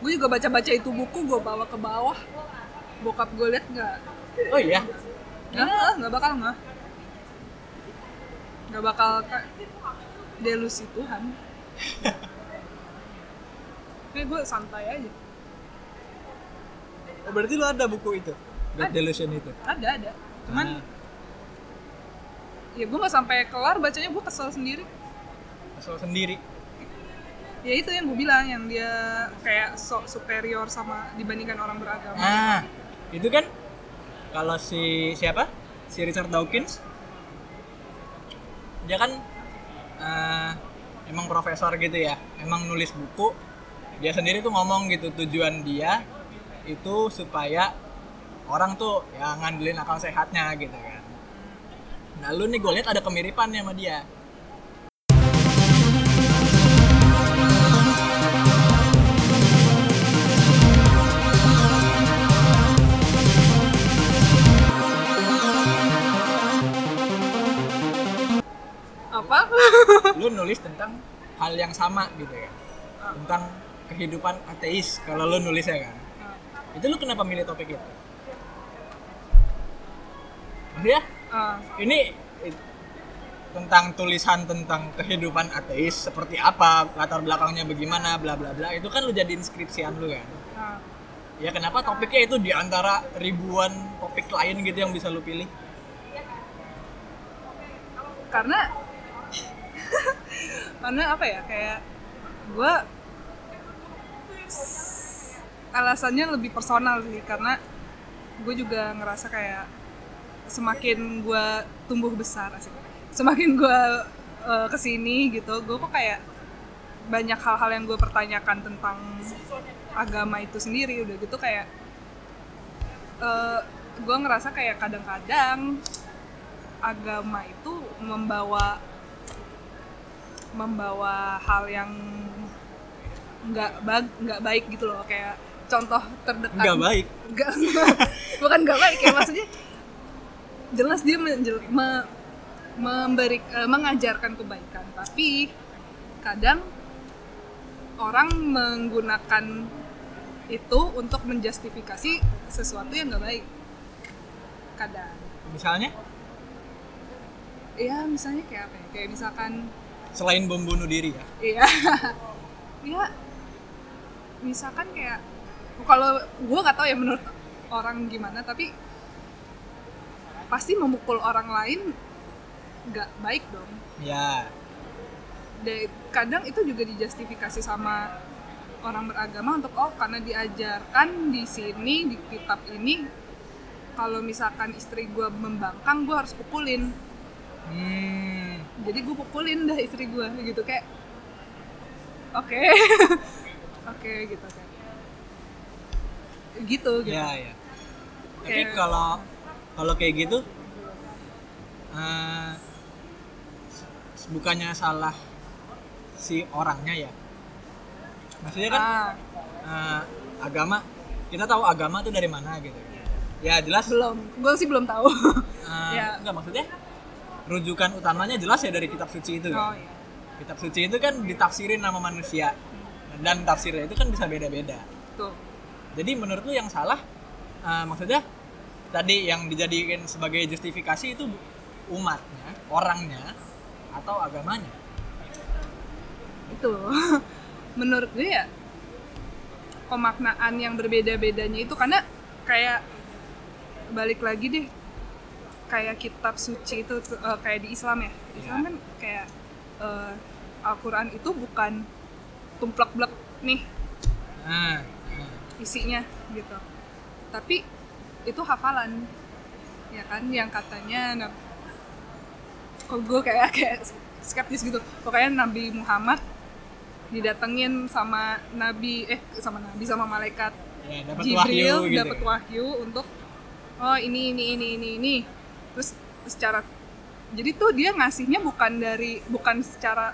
Gue juga baca-baca itu buku, gue bawa ke bawah. Bokap gue liat nggak? Oh iya. Nggak bakal nggak bakal delusi Tuhan. Kayak gue santai aja. Oh, berarti lu ada buku itu, God Delusion itu? Ada. Cuman ya gue nggak sampai kelar bacanya, gue kesel sendiri. Kesel sendiri. Ya itu yang gue bilang, yang dia kayak sok superior sama dibandingkan orang beragama. Itu kan kalau si Richard Dawkins, dia kan emang profesor gitu ya, emang nulis buku. Dia sendiri tuh ngomong gitu, tujuan dia itu supaya orang tuh ya ngandelin akal sehatnya gitu kan. Nah lu nih gue lihat ada kemiripan sama dia. Apa? Lu nulis tentang hal yang sama gitu ya, tentang kehidupan ateis kalau lu nulisnya kan. Itu lu kenapa milih topik itu? Maksudnya ini tentang tulisan tentang kehidupan ateis seperti apa, latar belakangnya bagaimana, bla bla bla, itu kan lu jadiin skripsian lu kan. Ya kenapa topiknya itu di antara ribuan topik lain gitu yang bisa lu pilih? Karena apa ya, kayak gue alasannya lebih personal sih, karena gue juga ngerasa kayak semakin gue tumbuh besar asik, semakin gue kesini gitu, gue kok kayak banyak hal-hal yang gue pertanyakan tentang agama itu sendiri. Udah gitu kayak gue ngerasa kayak kadang-kadang agama itu membawa hal yang nggak baik gitu loh. Kayak contoh terdekat, Nggak baik? Bukan nggak baik ya, maksudnya jelas dia mengajarkan kebaikan, tapi kadang orang menggunakan itu untuk menjustifikasi sesuatu yang nggak baik. Kadang Misalnya? ya misalnya kayak apa ya, kayak misalkan Selain bom bunuh diri ya? iya ya misalkan kayak, kalau gue nggak tahu ya menurut orang gimana, tapi pasti memukul orang lain nggak baik dong Ya. dan kadang itu juga dijustifikasi sama orang beragama untuk karena diajarkan di sini di kitab ini, kalau misalkan istri gue membangkang gue harus pukulin. Jadi gue pukulin dah istri gue gitu, kayak oke. Oke gitu kan, gitu. Ya. Tapi Kayak- kalau kayak gitu, bukannya salah si orangnya ya? Maksudnya kan agama, kita tahu agama tuh dari mana gitu. Ya jelas. gue sih belum tahu. Ya. Enggak, maksudnya rujukan utamanya jelas ya dari kitab suci itu kan. Iya. Kitab suci itu kan ditafsirin sama manusia, dan tafsirnya itu kan bisa beda-beda. Tuh. Jadi menurut lu yang salah, maksudnya tadi yang dijadikan sebagai justifikasi itu umatnya, orangnya, atau agamanya? Itu menurut gue ya pemaknaan yang berbeda-bedanya itu, karena kayak balik lagi deh, kayak kitab suci itu kayak di Islam ya. Islam kan kayak Al-Quran itu bukan tumplek-blek nih isinya gitu, tapi itu hafalan ya kan, yang katanya kok gue kayak skeptis gitu. Pokoknya Nabi Muhammad didatengin sama sama malaikat Dapat Jibril, wahyu gitu. dapat wahyu untuk ini. Terus secara, jadi tuh dia ngasihnya bukan secara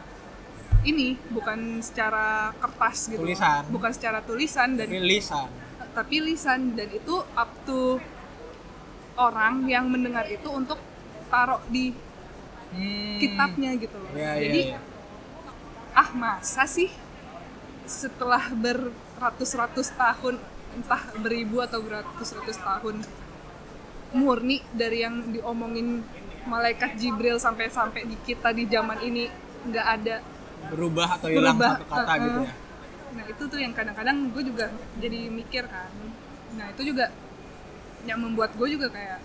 kertas gitu, Tulisan. bukan secara tulisan, dan tapi lisan, dan itu up to orang yang mendengar itu untuk taruh di kitabnya gitu loh. Jadi masa sih setelah ratus-ratus tahun, entah beribu atau beratus-ratus tahun, murni dari yang diomongin malaikat Jibril sampai di kita di zaman ini nggak ada berubah atau hilang satu kata gitu ya. Nah itu tuh yang kadang-kadang gue juga jadi mikir kan. Nah itu juga yang membuat gue juga kayak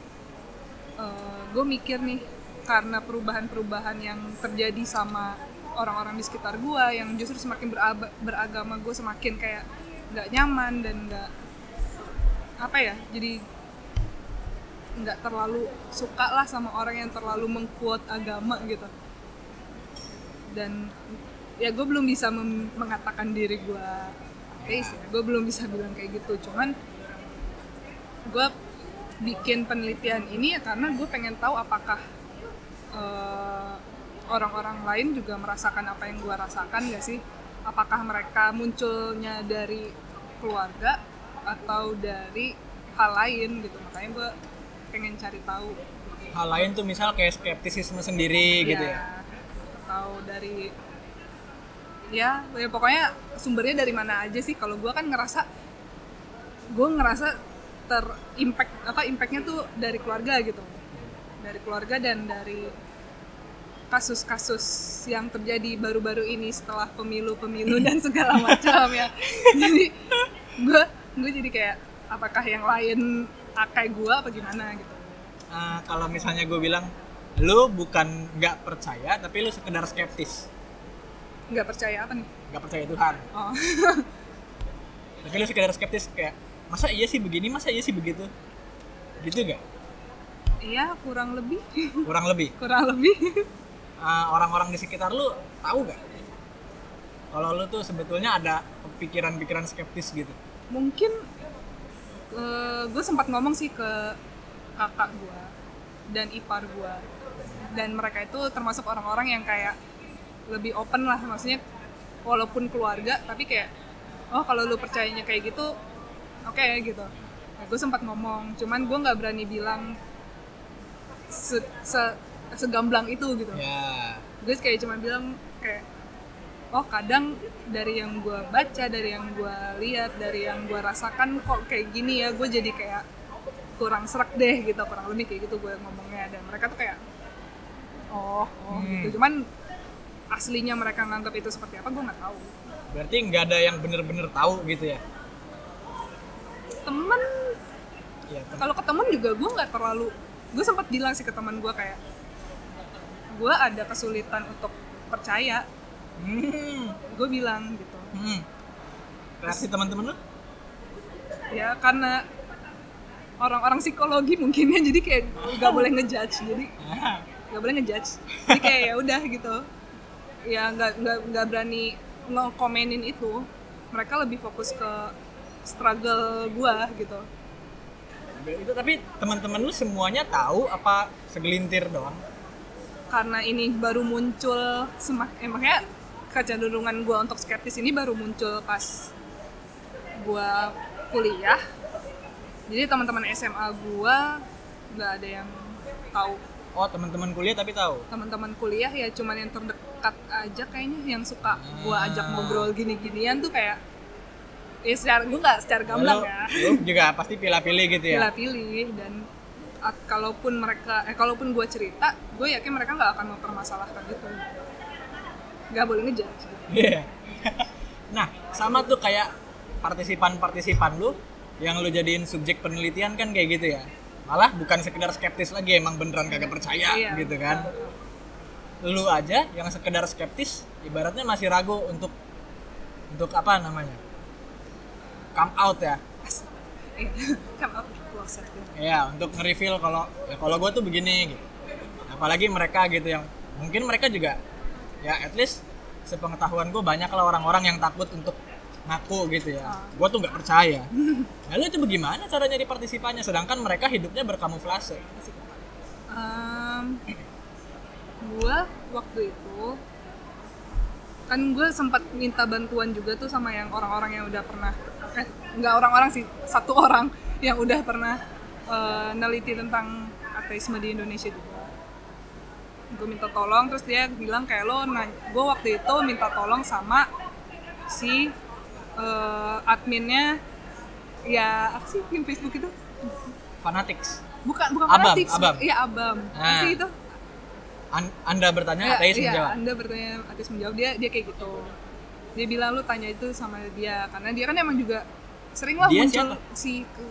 gue mikir nih, karena perubahan-perubahan yang terjadi sama orang-orang di sekitar gue yang justru semakin beragama, gue semakin kayak nggak nyaman dan nggak apa ya, jadi nggak terlalu suka lah sama orang yang terlalu mengquote agama gitu. Dan ya gue belum bisa mengatakan diri gue ateis ya, gue belum bisa bilang kayak gitu. Cuman gue bikin penelitian ini ya karena gue pengen tahu apakah orang-orang lain juga merasakan apa yang gue rasakan gak sih, apakah mereka munculnya dari keluarga atau dari hal lain gitu. Makanya gue pengen cari tahu hal lain tuh, misal kayak skeptisisme sendiri gitu ya, atau dari ya pokoknya sumbernya dari mana aja sih. Kalau gue kan ngerasa impactnya tuh dari keluarga gitu, dari keluarga dan dari kasus-kasus yang terjadi baru-baru ini setelah pemilu dan segala macam ya. Jadi gue jadi kayak apakah yang lain kayak gue apa gimana gitu. Kalau misalnya gue bilang lu bukan nggak percaya tapi lu sekedar skeptis. Nggak percaya apa nih? Nggak percaya Tuhan. Oh. Tapi lu sekedar skeptis kayak masa iya sih begini, masa iya sih begitu, gitu nggak? Iya, kurang lebih. Kurang lebih. Orang-orang di sekitar lu tahu nggak kalau lu tuh sebetulnya ada pikiran-pikiran skeptis gitu? Mungkin gue sempat ngomong sih ke kakak gue dan ipar gue, dan mereka itu termasuk orang-orang yang kayak lebih open lah, maksudnya walaupun keluarga tapi kayak oh kalau lu percayanya kayak gitu oke, gitu. Nah, gue sempat ngomong, cuman gue nggak berani bilang segamblang itu gitu. Gue kayak cuma bilang kayak oh kadang dari yang gue baca, dari yang gue lihat, dari yang gue rasakan kok kayak gini ya, gue jadi kayak kurang serak deh gitu, kurang lebih kayak gitu gue ngomongnya. Dan mereka tuh kayak gitu. Cuman aslinya mereka nganggap itu seperti apa gue nggak tahu. Berarti nggak ada yang bener-bener tahu gitu ya? Temen ya, kalau ke temen juga gue nggak terlalu, gue sempat bilang sih ke teman gue kayak gue ada kesulitan untuk percaya. Gue bilang gitu. Reaksi teman-teman lu? Ya karena orang-orang psikologi mungkin ya, jadi kayak nggak boleh ngejudge, jadi kayak ya udah gitu ya, nggak berani nge-komenin itu. Mereka lebih fokus ke struggle gue gitu. Itu tapi teman-teman lu semuanya tahu apa segelintir doang? Karena ini baru muncul makanya kecenderungan gue untuk skeptis ini baru muncul pas gue kuliah. Jadi teman-teman SMA gue nggak ada yang tahu. Oh, teman-teman kuliah tapi tahu? Teman-teman kuliah ya cuman yang terdekat aja kayaknya, yang suka gue ajak ngobrol gini-ginian tuh kayak ya gue nggak secara gamblang ya. Lu juga pasti pilih-pilih gitu ya? Pilih-pilih, dan kalaupun gue cerita, gue yakin mereka nggak akan mempermasalahkan itu. Nggak boleh ngejudge. Iya. Nah, sama tuh kayak partisipan lu yang lu jadiin subjek penelitian kan kayak gitu ya. Malah bukan sekedar skeptis lagi, emang beneran kagak percaya gitu kan. Lu aja yang sekedar skeptis ibaratnya masih ragu untuk apa namanya? Come out ya. Come out closer. Iya, untuk nge-reveal kalau gue tuh begini gitu. Apalagi mereka gitu yang mungkin mereka juga ya at least sepengetahuan gue banyak lah orang-orang yang takut untuk ngaku gitu ya. Gue tuh nggak percaya. Lalu itu bagaimana caranya di partisipannya? Sedangkan mereka hidupnya berkamuflase. Gue waktu itu kan gue sempat minta bantuan juga tuh sama yang orang-orang yang udah pernah nggak orang-orang sih, satu orang yang udah pernah neliti tentang ateisme di Indonesia juga. Gue minta tolong, terus dia bilang kayak gue waktu itu minta tolong sama si adminnya ya apa sih yang Facebook itu? Fanatics. Bukan Abam, Fanatics. Abam. Iya, Abam. Apa sih itu? Anda bertanya, ateis menjawab. Anda bertanya, ateis menjawab. Dia kayak gitu. Dia bilang lu tanya itu sama dia karena dia kan emang juga sering lah Dia muncul siapa?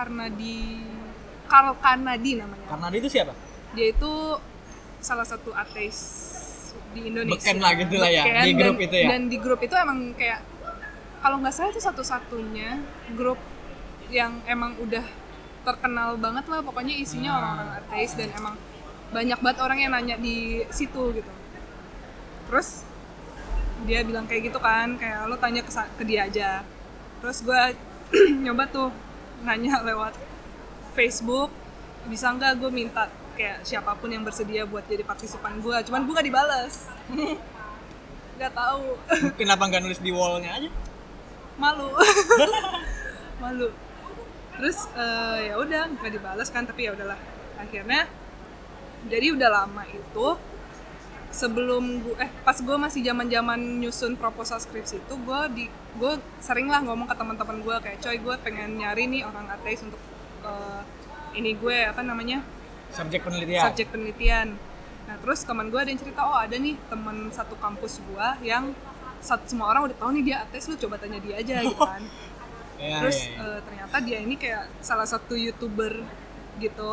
Karl Kanadi namanya. Karena itu siapa? Dia itu salah satu ateis di Indonesia. Beken lah gitu lah ya, Beken, di grup itu ya. Dan di grup itu emang kayak kalau nggak salah itu satu-satunya grup yang emang udah terkenal banget lah, pokoknya isinya orang-orang ateis dan emang banyak banget orang yang nanya di situ gitu. Terus dia bilang kayak gitu kan, kayak lo tanya ke dia aja. Terus gue nyoba tuh nanya lewat Facebook, bisa nggak gue minta kayak siapapun yang bersedia buat jadi partisipan gue, cuman gue nggak dibales. Nggak tahu. Kenapa nggak nulis di wall-nya aja? Malu. Malu. Terus ya udah nggak dibalas kan, tapi ya udahlah. Akhirnya jadi udah lama itu sebelum pas gue masih zaman nyusun proposal skripsi itu gue sering lah ngomong ke teman-teman gue kayak coy gue pengen nyari nih orang ateis untuk ini gue apa namanya subjek penelitian. Nah terus teman gue ada yang cerita, oh ada nih teman satu kampus gue yang semua orang udah tahu nih dia ateis, lu coba tanya dia aja gitu kan. Terus ternyata dia ini kayak salah satu YouTuber gitu.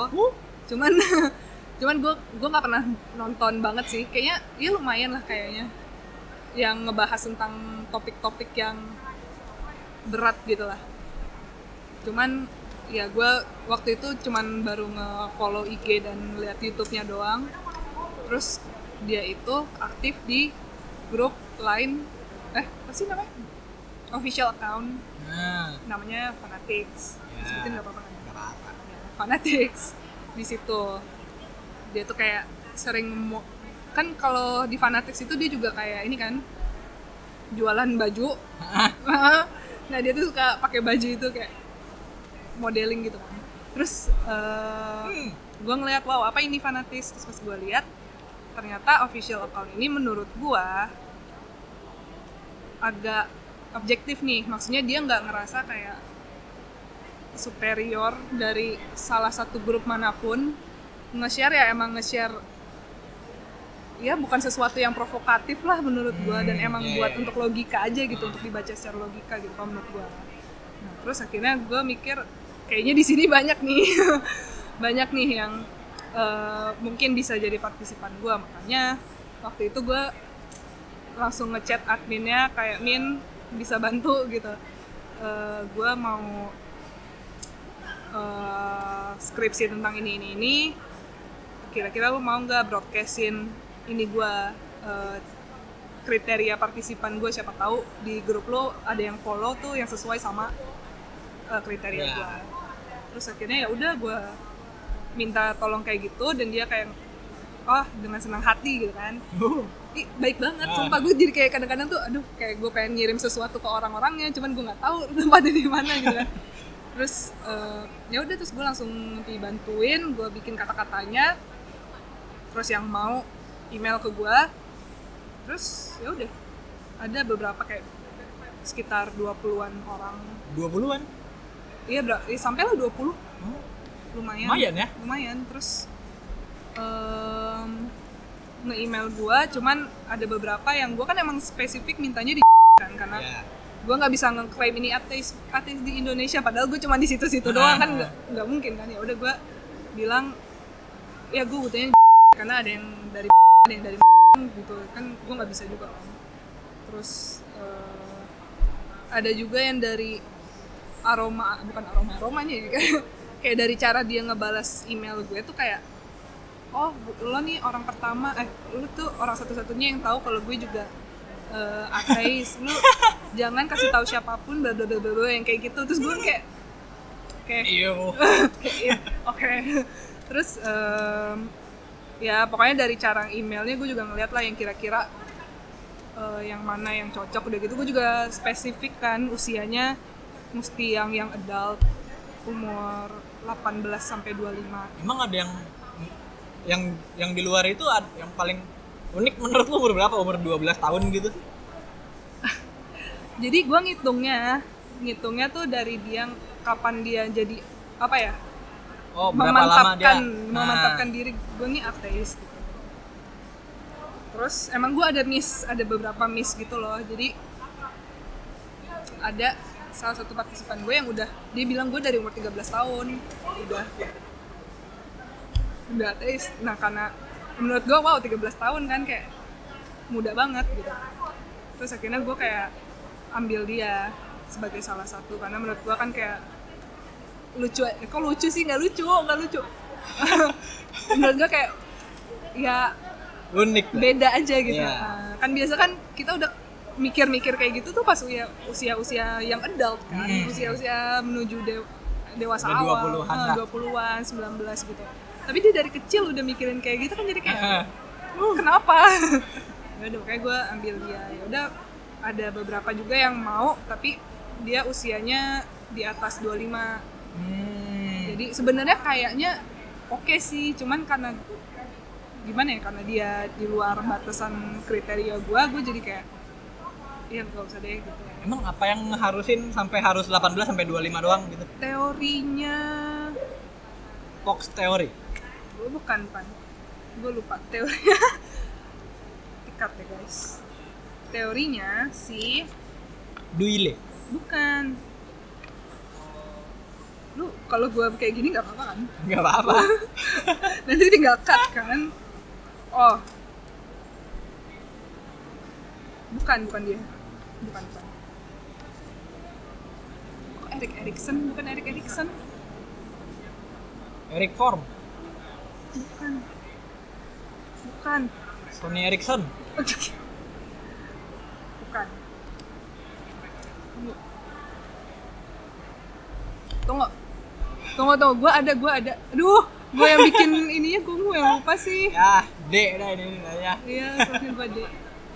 Cuman gue nggak pernah nonton banget sih, kayaknya ya lumayan lah kayaknya yang ngebahas tentang topik-topik yang berat gitu lah. Cuman ya gue waktu itu cuman baru nge-follow IG dan lihat YouTube-nya doang. Terus dia itu aktif di grup lain, apa sih namanya? Official account, namanya Fanatics. Sebutin nggak apa-apa kan? Ya, Fanatics di situ. Dia tuh kayak sering kan kalau di Fanatics itu dia juga kayak ini kan jualan baju. Nah dia tuh suka pakai baju itu kayak modeling gitu kan. Terus gue ngeliat wow apa ini Fanatics, terus pas gue lihat ternyata official account ini menurut gue agak objektif nih, maksudnya dia nggak ngerasa kayak superior dari salah satu grup manapun. Nge-share ya emang nge-share ya bukan sesuatu yang provokatif lah menurut gue, dan emang buat untuk logika aja gitu, untuk dibaca secara logika gitu menurut gue. Nah terus akhirnya gue mikir kayaknya di sini banyak nih yang mungkin bisa jadi partisipan gue, makanya waktu itu gue langsung ngechat adminnya kayak Min bisa bantu gitu, gue mau skripsi tentang ini, kira-kira lu mau nggak broadcastin ini gue kriteria partisipan gue, siapa tahu di grup lo ada yang follow tuh yang sesuai sama kriteria gue. Terus akhirnya ya udah gue minta tolong kayak gitu dan dia kayak dengan senang hati gitu kan. Baik banget, sumpah gue jadi kayak kadang-kadang tuh aduh kayak gue pengen ngirim sesuatu ke orang-orangnya cuman gue nggak tahu tempatnya di mana gitu kan. Terus ya udah terus gue langsung dibantuin, gue bikin kata-katanya, terus yang mau email ke gue, terus ya udah ada beberapa kayak sekitar 20-an orang. 20-an? Iya sampai lah 20. Lumayan. Terus nge-email gue, cuman ada beberapa yang gue kan emang spesifik mintanya di kan karena gue nggak bisa ngeklaim ini ateis di Indonesia, padahal gue cuma di situ-situ doang kan nggak mungkin kan. Ya udah gue bilang ya gue butuhnya karena ada yang dari gitu kan, gue nggak bisa juga kan. Terus ada juga yang dari aromanya ya kayak dari cara dia ngebalas email gue tuh kayak lo nih orang pertama lo tuh orang satu-satunya yang tahu kalau gue juga ateis, lu jangan kasih tahu siapapun bla bla bla yang kayak gitu. Terus gue kayak oke. Terus ya pokoknya dari cara emailnya gue juga ngeliat lah yang kira-kira yang mana yang cocok. Udah gitu gue juga spesifik kan usianya mesti yang adult, umur 18 sampai 25. Emang ada yang di luar itu yang paling unik menurut lu umur berapa? Umur 12 tahun gitu? Jadi gue ngitungnya tuh dari dia kapan dia jadi apa ya? Berapa lama dia memantapkan diri gue nih ateis gitu. Terus emang gue ada beberapa miss gitu loh. Jadi ada salah satu partisipan gue yang dia bilang gue dari umur 13 tahun udah ateis. Nah karena menurut gue 13 tahun kan kayak muda banget gitu. Terus akhirnya gue kayak ambil dia sebagai salah satu karena menurut gue kan kayak lucu. Kok lucu sih? Nggak lucu menurut gue kayak ya unik beda aja gitu. Yeah. Kan biasa kan kita udah mikir-mikir kayak gitu tuh pas usia yang adult kan, usia menuju dewasa awal, 20-an, 19 gitu. Tapi dia dari kecil udah mikirin kayak gitu kan, jadi kayak kenapa? Ya udah makanya gue ambil dia. Ya udah ada beberapa juga yang mau tapi dia usianya di atas 25. Jadi sebenarnya kayaknya oke sih, cuman karena gimana ya, karena dia di luar batasan kriteria gue jadi kayak ya gak usah deh gitu. Emang apa yang ngeharusin sampai harus 18 sampai 25 doang gitu? Teorinya Fox teori? Gue bukan gue lupa teorinya. Tikat ya guys. Teorinya si Duile? Bukan. Lu kalau gue kayak gini gak apa-apa kan? Gak apa-apa. Nanti tinggal cut kan? Oh, bukan dia. Bukan. Kok Erik Erikson? Bukan Erik Erikson. Erik Form? Bukan. Sony Ericsson? Bukan. Tunggu. Gue ada. Aduh, gue yang bikin ininya gue yang lupa sih. Ya, D dah ini ya. Iya, soalnya gue D.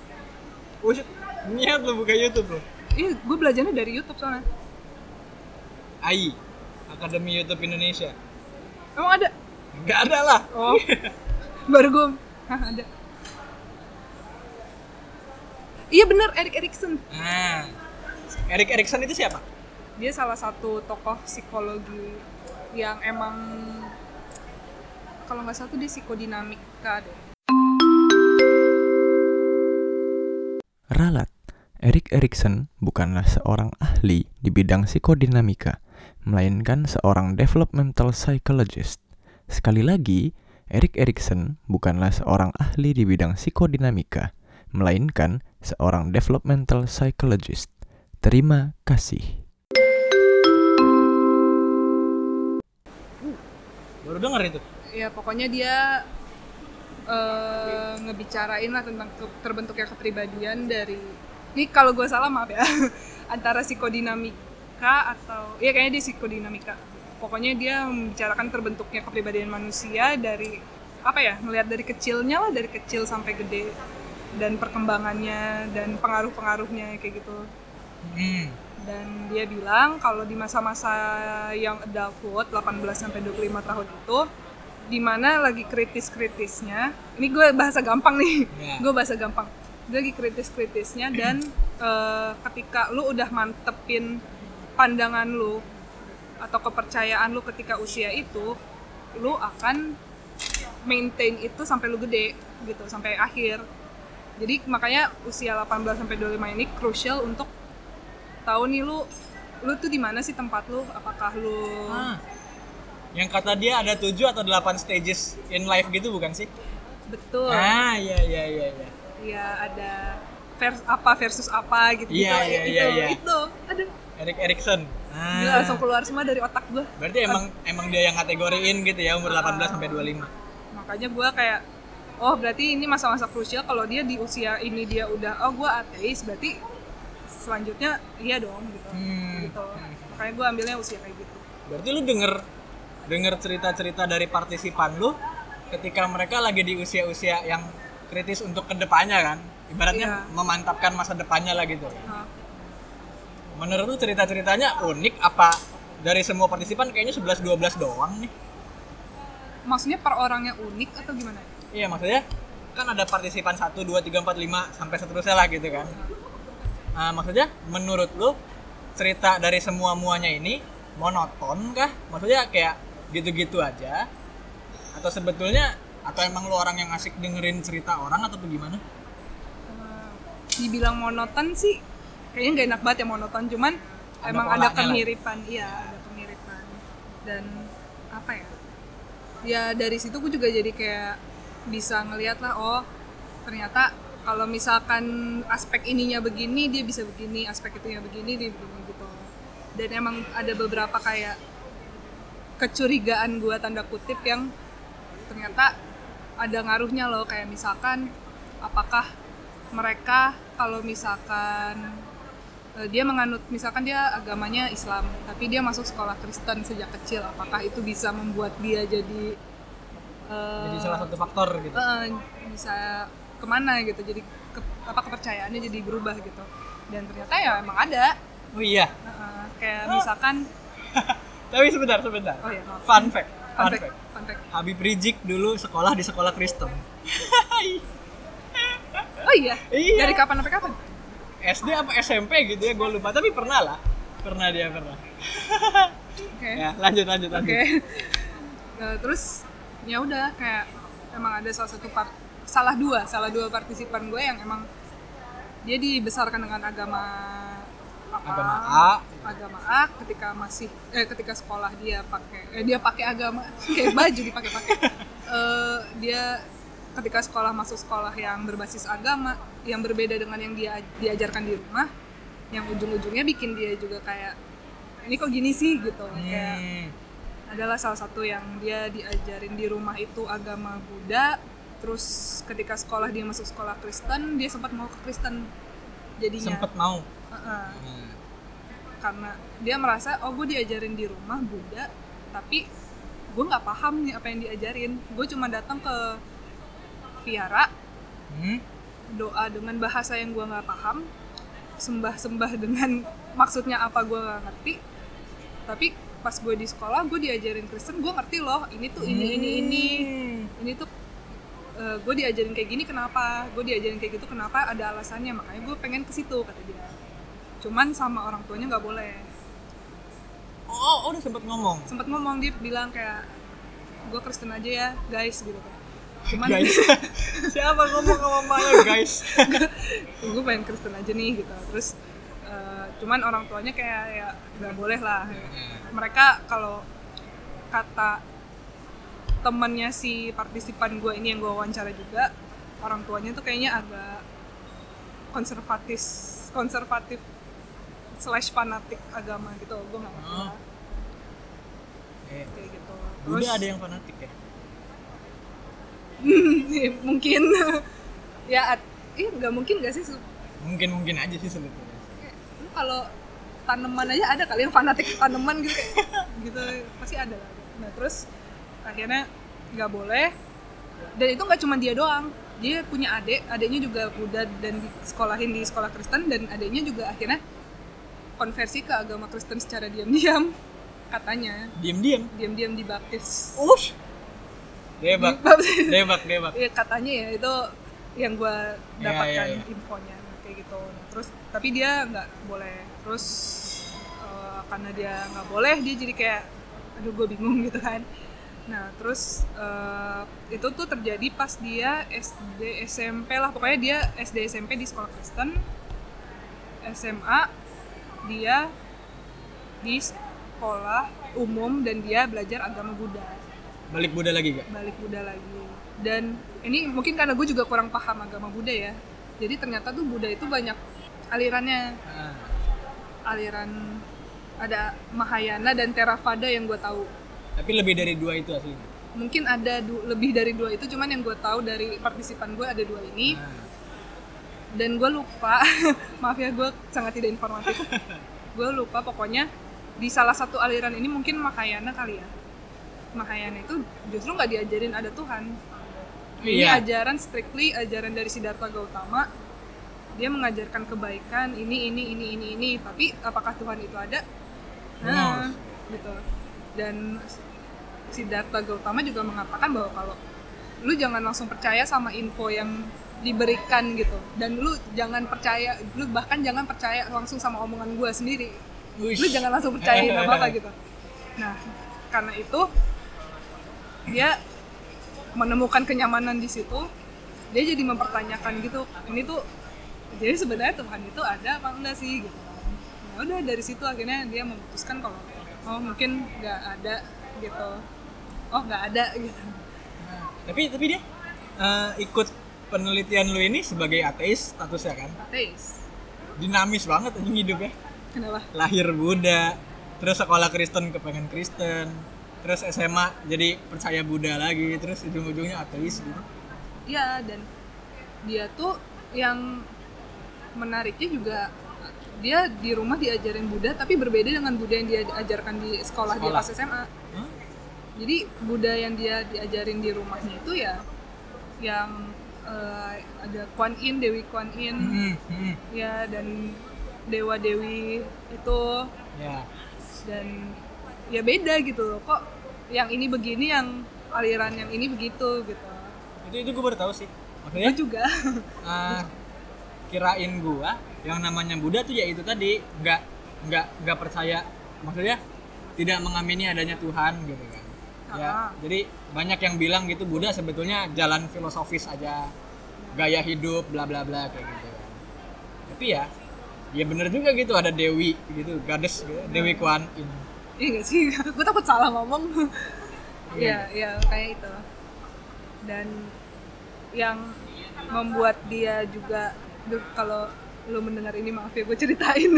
Niat lu buka YouTube lu? Iya, gue belajarnya dari YouTube soalnya. AI, Akademi YouTube Indonesia. Emang ada? Nggak ada lah. Oh, baru gue. Ada. Iya benar, Erik Erikson. Nah, Erik Erikson itu siapa? Dia salah satu tokoh psikologi yang emang kalau nggak salah tuh dia psikodinamika deh. Ralat, Erik Erikson bukanlah seorang ahli di bidang psikodinamika, melainkan seorang developmental psychologist. Sekali lagi, Erik Erikson bukanlah seorang ahli di bidang psikodinamika, melainkan seorang developmental psychologist. Terima kasih. Baru denger itu. Ya pokoknya dia ngebicarain lah tentang terbentuknya kepribadian dari, ini kalau gue salah maaf ya, antara psikodinamika atau ya kayaknya dia psikodinamika. Pokoknya dia membicarakan terbentuknya kepribadian manusia dari apa ya, melihat dari kecilnya lah, dari kecil sampai gede, dan perkembangannya dan pengaruh-pengaruhnya kayak gitu. Dan dia bilang kalau di masa-masa yang adulthood 18 sampai 25 tahun itu dimana lagi kritis-kritisnya, ini gue bahasa gampang nih, gue bahasa gampang, gue lagi kritis-kritisnya, dan ketika lu udah mantepin pandangan lu atau kepercayaan lu ketika usia itu, lu akan maintain itu sampai lu gede gitu, sampai akhir. Jadi makanya usia 18 sampai 25 ini crucial untuk tahu nih lu tuh di mana sih tempat lu, apakah lu yang kata dia ada 7 atau 8 stages in life gitu bukan sih? Betul. Iya. Iya, ada apa versus apa gitu. Iya. Itu ada Erik Erikson. Dia langsung keluar semua dari otak gue. Berarti emang dia yang kategoriin gitu ya, umur 18 sampai 25. Makanya gue kayak, oh berarti ini masa-masa krusial. Kalau dia di usia ini dia udah, oh gue ateis, berarti selanjutnya iya dong gitu. Gitu. Makanya gue ambilnya usia kayak gitu. Berarti lu denger cerita-cerita dari partisipan lu ketika mereka lagi di usia-usia yang kritis untuk kedepannya kan, ibaratnya memantapkan masa depannya lah gitu. Menurut lu cerita-ceritanya unik apa dari semua partisipan kayaknya 11-12 doang nih? Maksudnya per orangnya unik atau gimana? Iya, maksudnya kan ada partisipan 1, 2, 3, 4, 5 sampai seterusnya lah gitu kan. Maksudnya menurut lu cerita dari semua muanya ini monoton kah? Maksudnya kayak gitu-gitu aja? Atau sebetulnya atau emang lu orang yang asik dengerin cerita orang atau gimana? Dibilang monoton sih kayaknya nggak enak banget ya monoton, cuman Ada emang ada polanya lah. kemiripan, iya ada kemiripan. Dan apa ya? Ya dari situ gue juga jadi kayak bisa ngelihat lah, oh ternyata kalau misalkan aspek ininya begini dia bisa begini, aspek itunya begini dia begini gitu. Dan emang ada beberapa kayak kecurigaan gue tanda kutip yang ternyata ada ngaruhnya loh, kayak misalkan apakah mereka kalau misalkan dia menganut, misalkan dia agamanya Islam tapi dia masuk sekolah Kristen sejak kecil, apakah itu bisa membuat dia jadi Jadi salah satu faktor gitu. bisa kemana gitu, jadi kepercayaannya jadi berubah gitu. Dan ternyata ya emang ada. Oh iya. Kayak misalkan Tapi sebentar. oh ya maaf. Fun fact. Fun fact. Habib Rizik dulu sekolah di sekolah Kristen. Oh iya. Iya. Dari kapan sampai kapan? SD apa SMP gitu ya, gue lupa. Tapi pernah. Oke. Ya, lanjut. Oke. Terus ya udah kayak emang ada salah dua partisipan gue yang emang dia dibesarkan dengan agama agama A ketika sekolah dia pakai agama kayak baju dipakai dia ketika sekolah masuk sekolah yang berbasis agama yang berbeda dengan yang dia diajarkan di rumah, yang ujung-ujungnya bikin dia juga kayak ini kok gini sih gitu. Kayak adalah salah satu yang dia diajarin di rumah itu agama Buddha, terus ketika sekolah dia masuk sekolah Kristen, dia sempat mau ke Kristen jadinya. Sempat mau. Karena dia merasa gue diajarin di rumah Buddha, tapi gue nggak paham nih apa yang diajarin. Gue cuma datang ke Viara, doa dengan bahasa yang gue nggak paham, sembah dengan maksudnya apa gue nggak ngerti. Tapi pas gue di sekolah gue diajarin Kristen, gue ngerti loh ini tuh ini tuh gue diajarin kayak gini kenapa, gue diajarin kayak gitu kenapa, ada alasannya, makanya gue pengen ke situ kata dia. Cuman sama orang tuanya nggak boleh. Oh udah sempat ngomong. Dia bilang kayak gue Kristen aja ya guys gitu kan. Cuman guys. Siapa ngomong sama mamanya guys? gue pengen Kristen aja nih gitu. Terus cuman orang tuanya kayak ya nggak boleh lah. Mereka kalau kata temannya si partisipan gue ini yang gue wawancara juga, orang tuanya tuh kayaknya agak konservatif / fanatik agama gitu. Gue nggak ngerti lah. Kayak gitu. Terus Udah ada yang fanatik ya? mungkin ya nggak mungkin nggak sih? Mungkin aja sih sebetulnya. Lu kalau tanaman aja ada kali yang fanatik tanaman gitu kayak gitu pasti ada lah. Nah terus akhirnya nggak boleh, dan itu nggak cuma dia doang, dia punya adiknya juga Buddha dan disekolahin di sekolah Kristen, dan adiknya juga akhirnya konversi ke agama Kristen secara diam-diam katanya. Diam-diam dibaptis. Debak. Ya, katanya ya itu yang gue dapatkan Ya. infonya kayak gitu. Nah, terus tapi dia nggak boleh. Terus karena dia nggak boleh, dia jadi kayak aduh gue bingung gitu kan. Nah terus itu tuh terjadi pas dia SD SMP lah, pokoknya dia SD SMP di sekolah Kristen, SMA dia di sekolah umum dan dia belajar agama Buddha. Balik Buddha lagi gak? Balik Buddha lagi. Dan ini mungkin karena gue juga kurang paham agama Buddha ya. Jadi ternyata tuh Buddha itu banyak alirannya. Aliran ada Mahayana dan Theravada yang gue tahu. Tapi lebih dari 2 itu aslinya. Mungkin ada lebih dari 2 itu, cuman yang gue tahu dari partisipan gue ada 2 ini. Dan gue lupa, maaf ya gue sangat tidak informatif. Gue lupa pokoknya di salah satu aliran ini mungkin Mahayana kali ya. Mahayana itu justru nggak diajarin ada Tuhan. Ini ajaran strictly ajaran dari Siddhartha Gautama. Dia mengajarkan kebaikan ini. Tapi apakah Tuhan itu ada? Nah, gitu. Dan Siddhartha Gautama juga mengatakan bahwa kalau lu jangan langsung percaya sama info yang diberikan gitu, dan lu bahkan jangan percaya langsung sama omongan gue sendiri. Lu jangan langsung percayain apa gitu. Nah, karena itu dia menemukan kenyamanan di situ. Dia jadi mempertanyakan gitu, ini tuh jadi sebenarnya Tuhan itu ada apa enggak sih gitu. Ya udah, dari situ akhirnya dia memutuskan kalau mungkin nggak ada gitu. Nggak ada gitu. Tapi dia ikut penelitian lu ini sebagai ateis statusnya kan? Ateis. Dinamis banget anjing hidupnya. Kenapa? Lahir Buddha, terus sekolah Kristen kepengen Kristen, terus SMA jadi percaya Buddha lagi, terus ujung-ujungnya ateis gitu. Iya, dan dia tuh yang menariknya juga, dia di rumah diajarin Buddha tapi berbeda dengan Buddha yang dia ajarkan di sekolah. Dia pas SMA. Jadi Buddha yang dia diajarin di rumahnya itu ya yang ada Kuan Yin, Dewi Kuan Yin, ya, dan Dewa Dewi itu, dan ya beda gitu loh. Kok yang ini begini, yang aliran yang ini begitu gitu. Itu gue baru tahu sih. Maksudnya Gue juga. Kirain gua yang namanya Buddha tuh ya itu tadi nggak percaya, maksudnya tidak mengamini adanya Tuhan gitu kan. Ya, jadi banyak yang bilang gitu Buddha sebetulnya jalan filosofis aja, gaya hidup bla bla bla kayak gitu kan. Tapi ya bener juga gitu, ada dewi gitu, goddess gitu, Dewi Kuan Yin. Iya gak sih? Gue takut salah ngomong. Iya, kayak itu. Dan yang membuat dia juga, kalau lo mendengar ini maaf ya gue ceritain,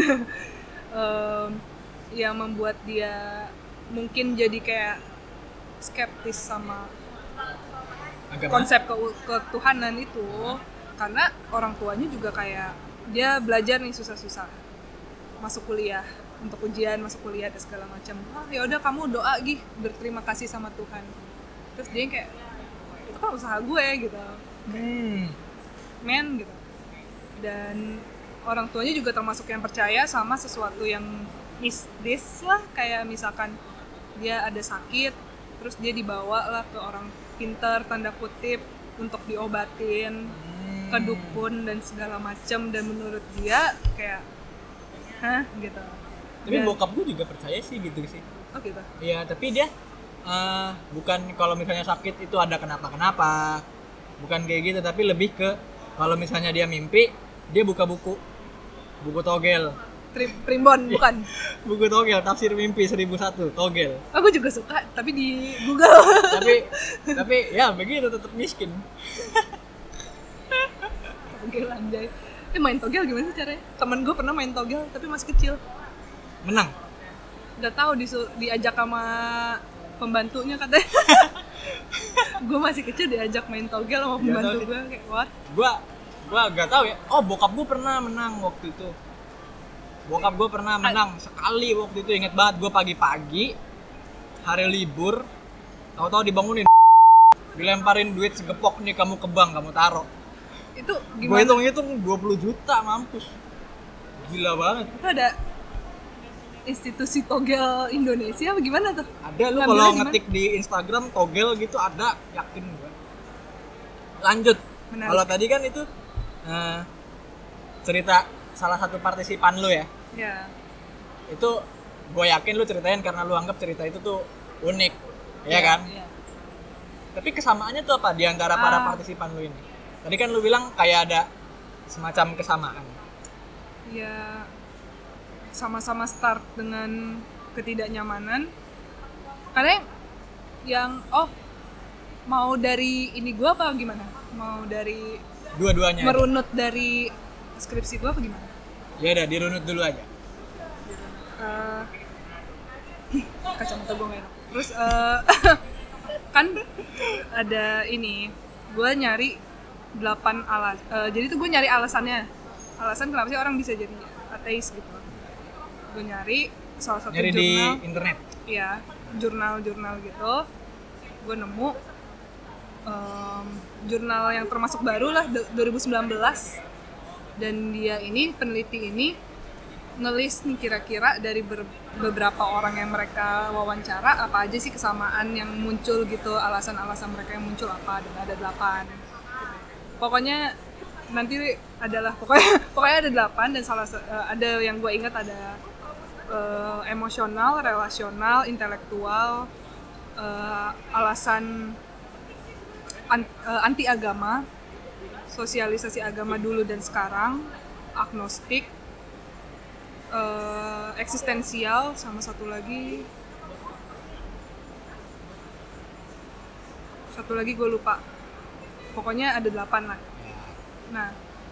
yang membuat dia mungkin jadi kayak skeptis sama Agama? konsep ketuhanan itu, karena orang tuanya juga kayak dia belajar nih susah-susah, masuk kuliah untuk ujian, masuk kuliah dan segala macam. Ya udah kamu doa berterima kasih sama Tuhan. Terus dia kayak, itu kan usaha gue gitu, men gitu. Dan orang tuanya juga termasuk yang percaya sama sesuatu yang mistis lah, kayak misalkan dia ada sakit, terus dia dibawa lah ke orang pintar tanda kutip untuk diobatin, ke dukun dan segala macam. Dan menurut dia kayak gitu. Tapi bokap gue juga percaya sih gitu sih. Oh gitu. Iya, tapi dia bukan kalau misalnya sakit itu ada kenapa-kenapa, bukan kayak gitu, tapi lebih ke kalau misalnya dia mimpi, dia buka buku togel. Primbon bukan? Buku togel, tafsir mimpi 1001, togel. Aku juga suka, tapi di Google. tapi ya begitu, tetap miskin. Togel anjay. Main togel gimana sih caranya? Temen gue pernah main togel, tapi masih kecil. Menang? Gak tahu, diajak sama pembantunya katanya. Gue masih kecil diajak main togel sama pembantu gue, kayak what? Gue gak tahu ya. Oh, bokap gue pernah menang waktu itu. Bokap gue pernah menang sekali waktu itu, inget banget. Gue pagi-pagi hari libur, tahu-tahu dibangunin, dilemparin duit segepok, nih kamu ke bank, kamu taruh. Itu gimana? Gue hitung 20 juta, mampus. Gila banget. Itu ada institusi togel Indonesia apa gimana tuh? Ada, lu kalau ngetik di Instagram togel gitu ada, yakin gue. Lanjut. Kalau tadi kan itu cerita salah satu partisipan lu ya. Ya. Itu gue yakin lu ceritain karena lu anggap cerita itu tuh unik, ya kan? Ya. Tapi kesamaannya tuh apa di antara para partisipan lu ini? Tadi kan lu bilang kayak ada semacam kesamaan. Ya, sama-sama start dengan ketidaknyamanan. Karena yang mau dari ini gue apa gimana? Mau dari dua-duanya merunut aja. Dari skripsi gue apa gimana? Ya udah, dirunut dulu aja. Kacamata gue nggak enak. Terus kan ada ini, gue nyari 8 jadi tuh gue nyari alasan kenapa sih orang bisa jadi ateis gitu. Gue nyari salah satu nyari jurnal di internet. Iya, jurnal gitu. Gue nemu jurnal yang termasuk baru lah, 2019. Dan dia ini, peneliti ini nge-list nih kira-kira dari beberapa orang yang mereka wawancara, apa aja sih kesamaan yang muncul gitu, alasan-alasan mereka yang muncul apa, dan ada 8. Pokoknya nanti adalah pokoknya ada 8 dan ada yang gue ingat ada emosional, relasional, intelektual, alasan anti agama, sosialisasi agama dulu dan sekarang, agnostik, eksistensial, sama satu lagi gue lupa. Pokoknya ada 8 lah. Nah,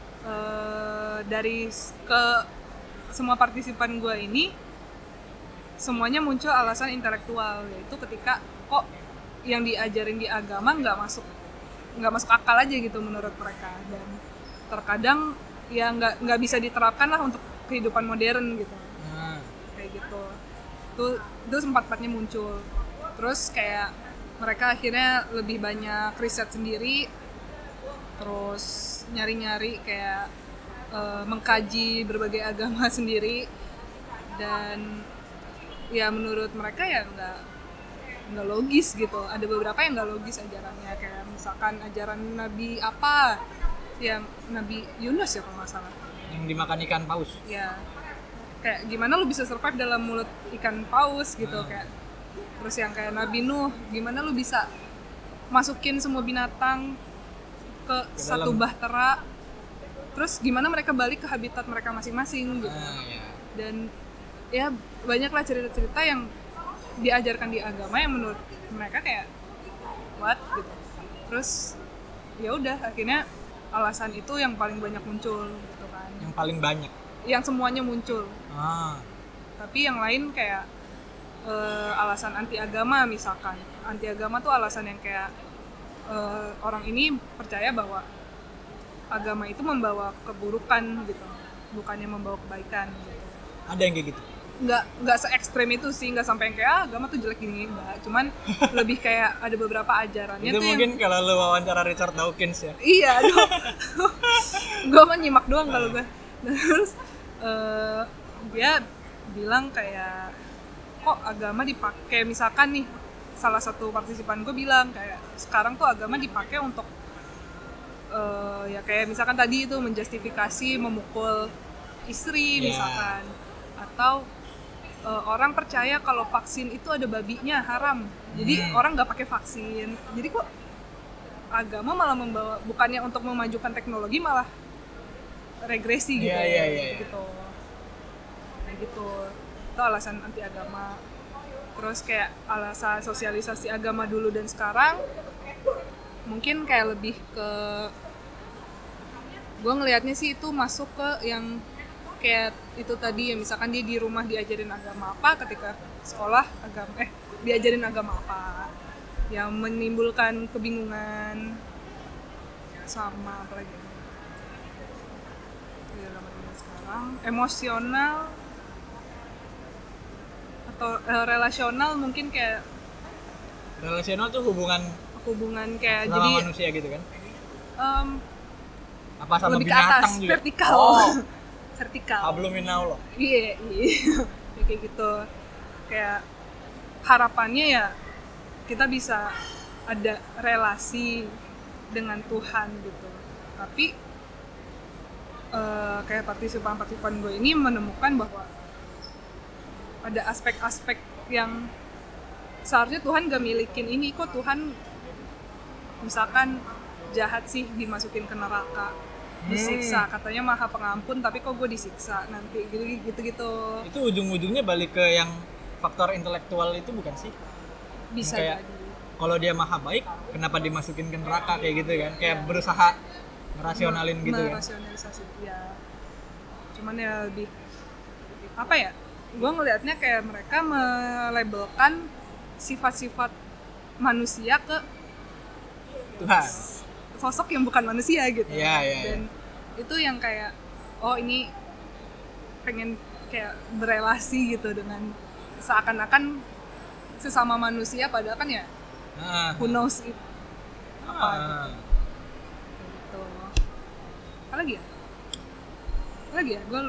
dari semua partisipan gue ini semuanya muncul alasan intelektual, yaitu ketika kok yang diajarin di agama nggak masuk akal aja gitu menurut mereka, dan terkadang ya nggak bisa diterapkan lah untuk kehidupan modern gitu. Kayak gitu. Itu sempat-empatnya muncul. Terus kayak mereka akhirnya lebih banyak riset sendiri, terus nyari-nyari kayak mengkaji berbagai agama sendiri, dan ya menurut mereka ya nggak logis gitu. Ada beberapa yang nggak logis ajarannya, kayak misalkan ajaran Nabi apa, yang Nabi Yunus ya kalau nggak salah, yang dimakan ikan paus. Ya kayak gimana lu bisa survive dalam mulut ikan paus gitu. Kayak terus yang kayak Nabi Nuh, gimana lu bisa masukin semua binatang ke satu bahtera, terus gimana mereka balik ke habitat mereka masing-masing gitu. Ya. Dan ya banyaklah cerita-cerita yang diajarkan di agama yang menurut mereka kayak what gitu. Terus ya udah akhirnya alasan itu yang paling banyak muncul gitu kan. Yang paling banyak. Yang semuanya muncul. Tapi yang lain kayak alasan anti agama misalkan. Anti agama tuh alasan yang kayak orang ini percaya bahwa agama itu membawa keburukan gitu, bukannya membawa kebaikan gitu. Ada yang kayak gitu? Nggak se-ekstrem itu sih, nggak sampai yang kayak agama tuh jelek gini, enggak. Cuman lebih kayak ada beberapa ajarannya itu tuh mungkin yang, kalau lu wawancara Richard Dawkins ya. iya aduh. Gue mah nyimak doang kalau gue. Terus dia bilang kayak kok agama dipakai, misalkan nih salah satu partisipan gue bilang kayak sekarang tuh agama dipakai untuk ya kayak misalkan tadi itu menjustifikasi memukul istri misalkan, atau orang percaya kalau vaksin itu ada babinya, haram, jadi orang nggak pakai vaksin. Jadi kok agama malah membawa, bukannya untuk memajukan teknologi, malah regresi gitu. Gitu kayak gitu. Itu alasan anti agama. Terus kayak alasan sosialisasi agama dulu dan sekarang mungkin kayak lebih ke, gue ngelihatnya sih itu masuk ke yang kayak itu tadi ya, misalkan dia di rumah diajarin agama apa, ketika sekolah diajarin agama apa, yang menimbulkan kebingungan. Sama apa lagi di dalam dunia sekarang, emosional atau relasional, mungkin kayak relasional tuh hubungan kayak sama jadi manusia gitu kan? Apa sama lebih ke atas, binatang juga? vertikal. Vertikal. Habluminallah. Iya. Ya, kayak gitu. Kayak harapannya ya kita bisa ada relasi dengan Tuhan gitu. Tapi kayak partisipan gue ini menemukan bahwa ada aspek-aspek yang seharusnya Tuhan gak milikin ini. Kok Tuhan misalkan jahat sih dimasukin ke neraka, disiksa, katanya maha pengampun, tapi kok gue disiksa nanti gitu. Itu ujung-ujungnya balik ke yang faktor intelektual itu bukan sih? Bisa kayak jadi. Kalau dia maha baik, kenapa dimasukin ke neraka kayak gitu kan? Kayak berusaha ngerasionalin gitu kan? Merasionalisasi, ya. Cuman ya lebih apa ya? Gue ngelihatnya kayak mereka melabelkan sifat-sifat manusia ke Tuhan, sosok yang bukan manusia gitu. Iya. Dan itu yang kayak ini pengen kayak berelasi gitu dengan seakan-akan sesama manusia, padahal kan ya who knows it apa gitu. Apa lagi ya? Gue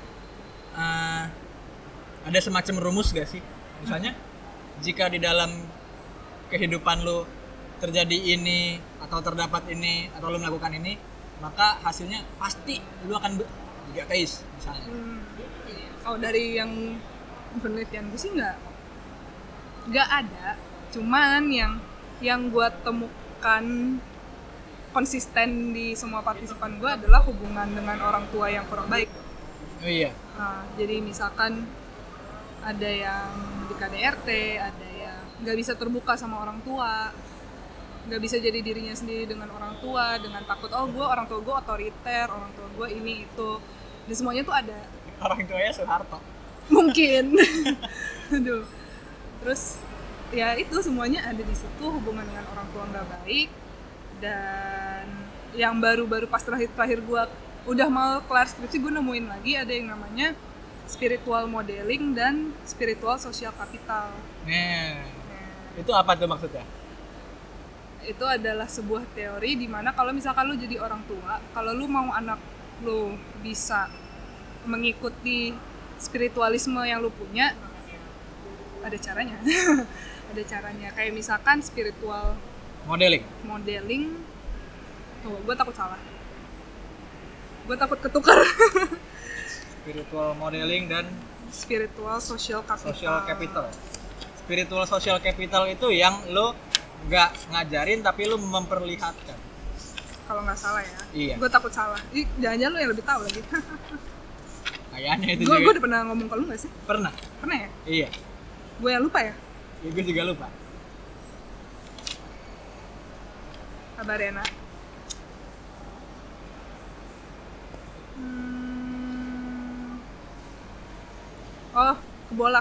ada semacam rumus gak sih? Misalnya jika di dalam kehidupan lu terjadi ini atau terdapat ini atau lu melakukan ini, maka hasilnya pasti lu akan jadi ateis misalnya. Kalau dari yang penelitian gue sih nggak ada, cuman yang gue temukan konsisten di semua partisipan gue adalah hubungan dengan orang tua yang kurang baik. Oh iya. Nah, jadi misalkan ada yang di KDRT, ada yang nggak bisa terbuka sama orang tua, nggak bisa jadi dirinya sendiri dengan orang tua, dengan takut orang tua gue otoriter, orang tua gue ini itu, dan semuanya tuh ada. Orang tuanya Soeharto. Mungkin. Aduh. Terus ya itu semuanya ada di situ, hubungan dengan orang tua nggak baik. Dan yang baru-baru pas terakhir gue udah mau kelar skripsi, gue nemuin lagi ada yang namanya spiritual modeling dan spiritual social capital. Itu apa tuh maksudnya? Itu adalah sebuah teori di mana kalau misalkan lu jadi orang tua, kalau lu mau anak lu bisa mengikuti spiritualisme yang lu punya, ada caranya. Ada caranya. Kayak misalkan spiritual modeling. Gue takut salah. Gue takut ketukar. Spiritual modeling dan spiritual social capital. Spiritual social capital itu yang lu nggak ngajarin tapi lu memperlihatkan. Kalau nggak salah ya. Iya. Gue takut salah. Jangan-jangan lu yang lebih tahu lagi. Kayaknya itu Gue udah pernah ngomong ke lu nggak sih? Pernah ya? Iya. Gue yang lupa ya? Ya, gue juga lupa. Kabar ya, Nak? Oh, kebolak.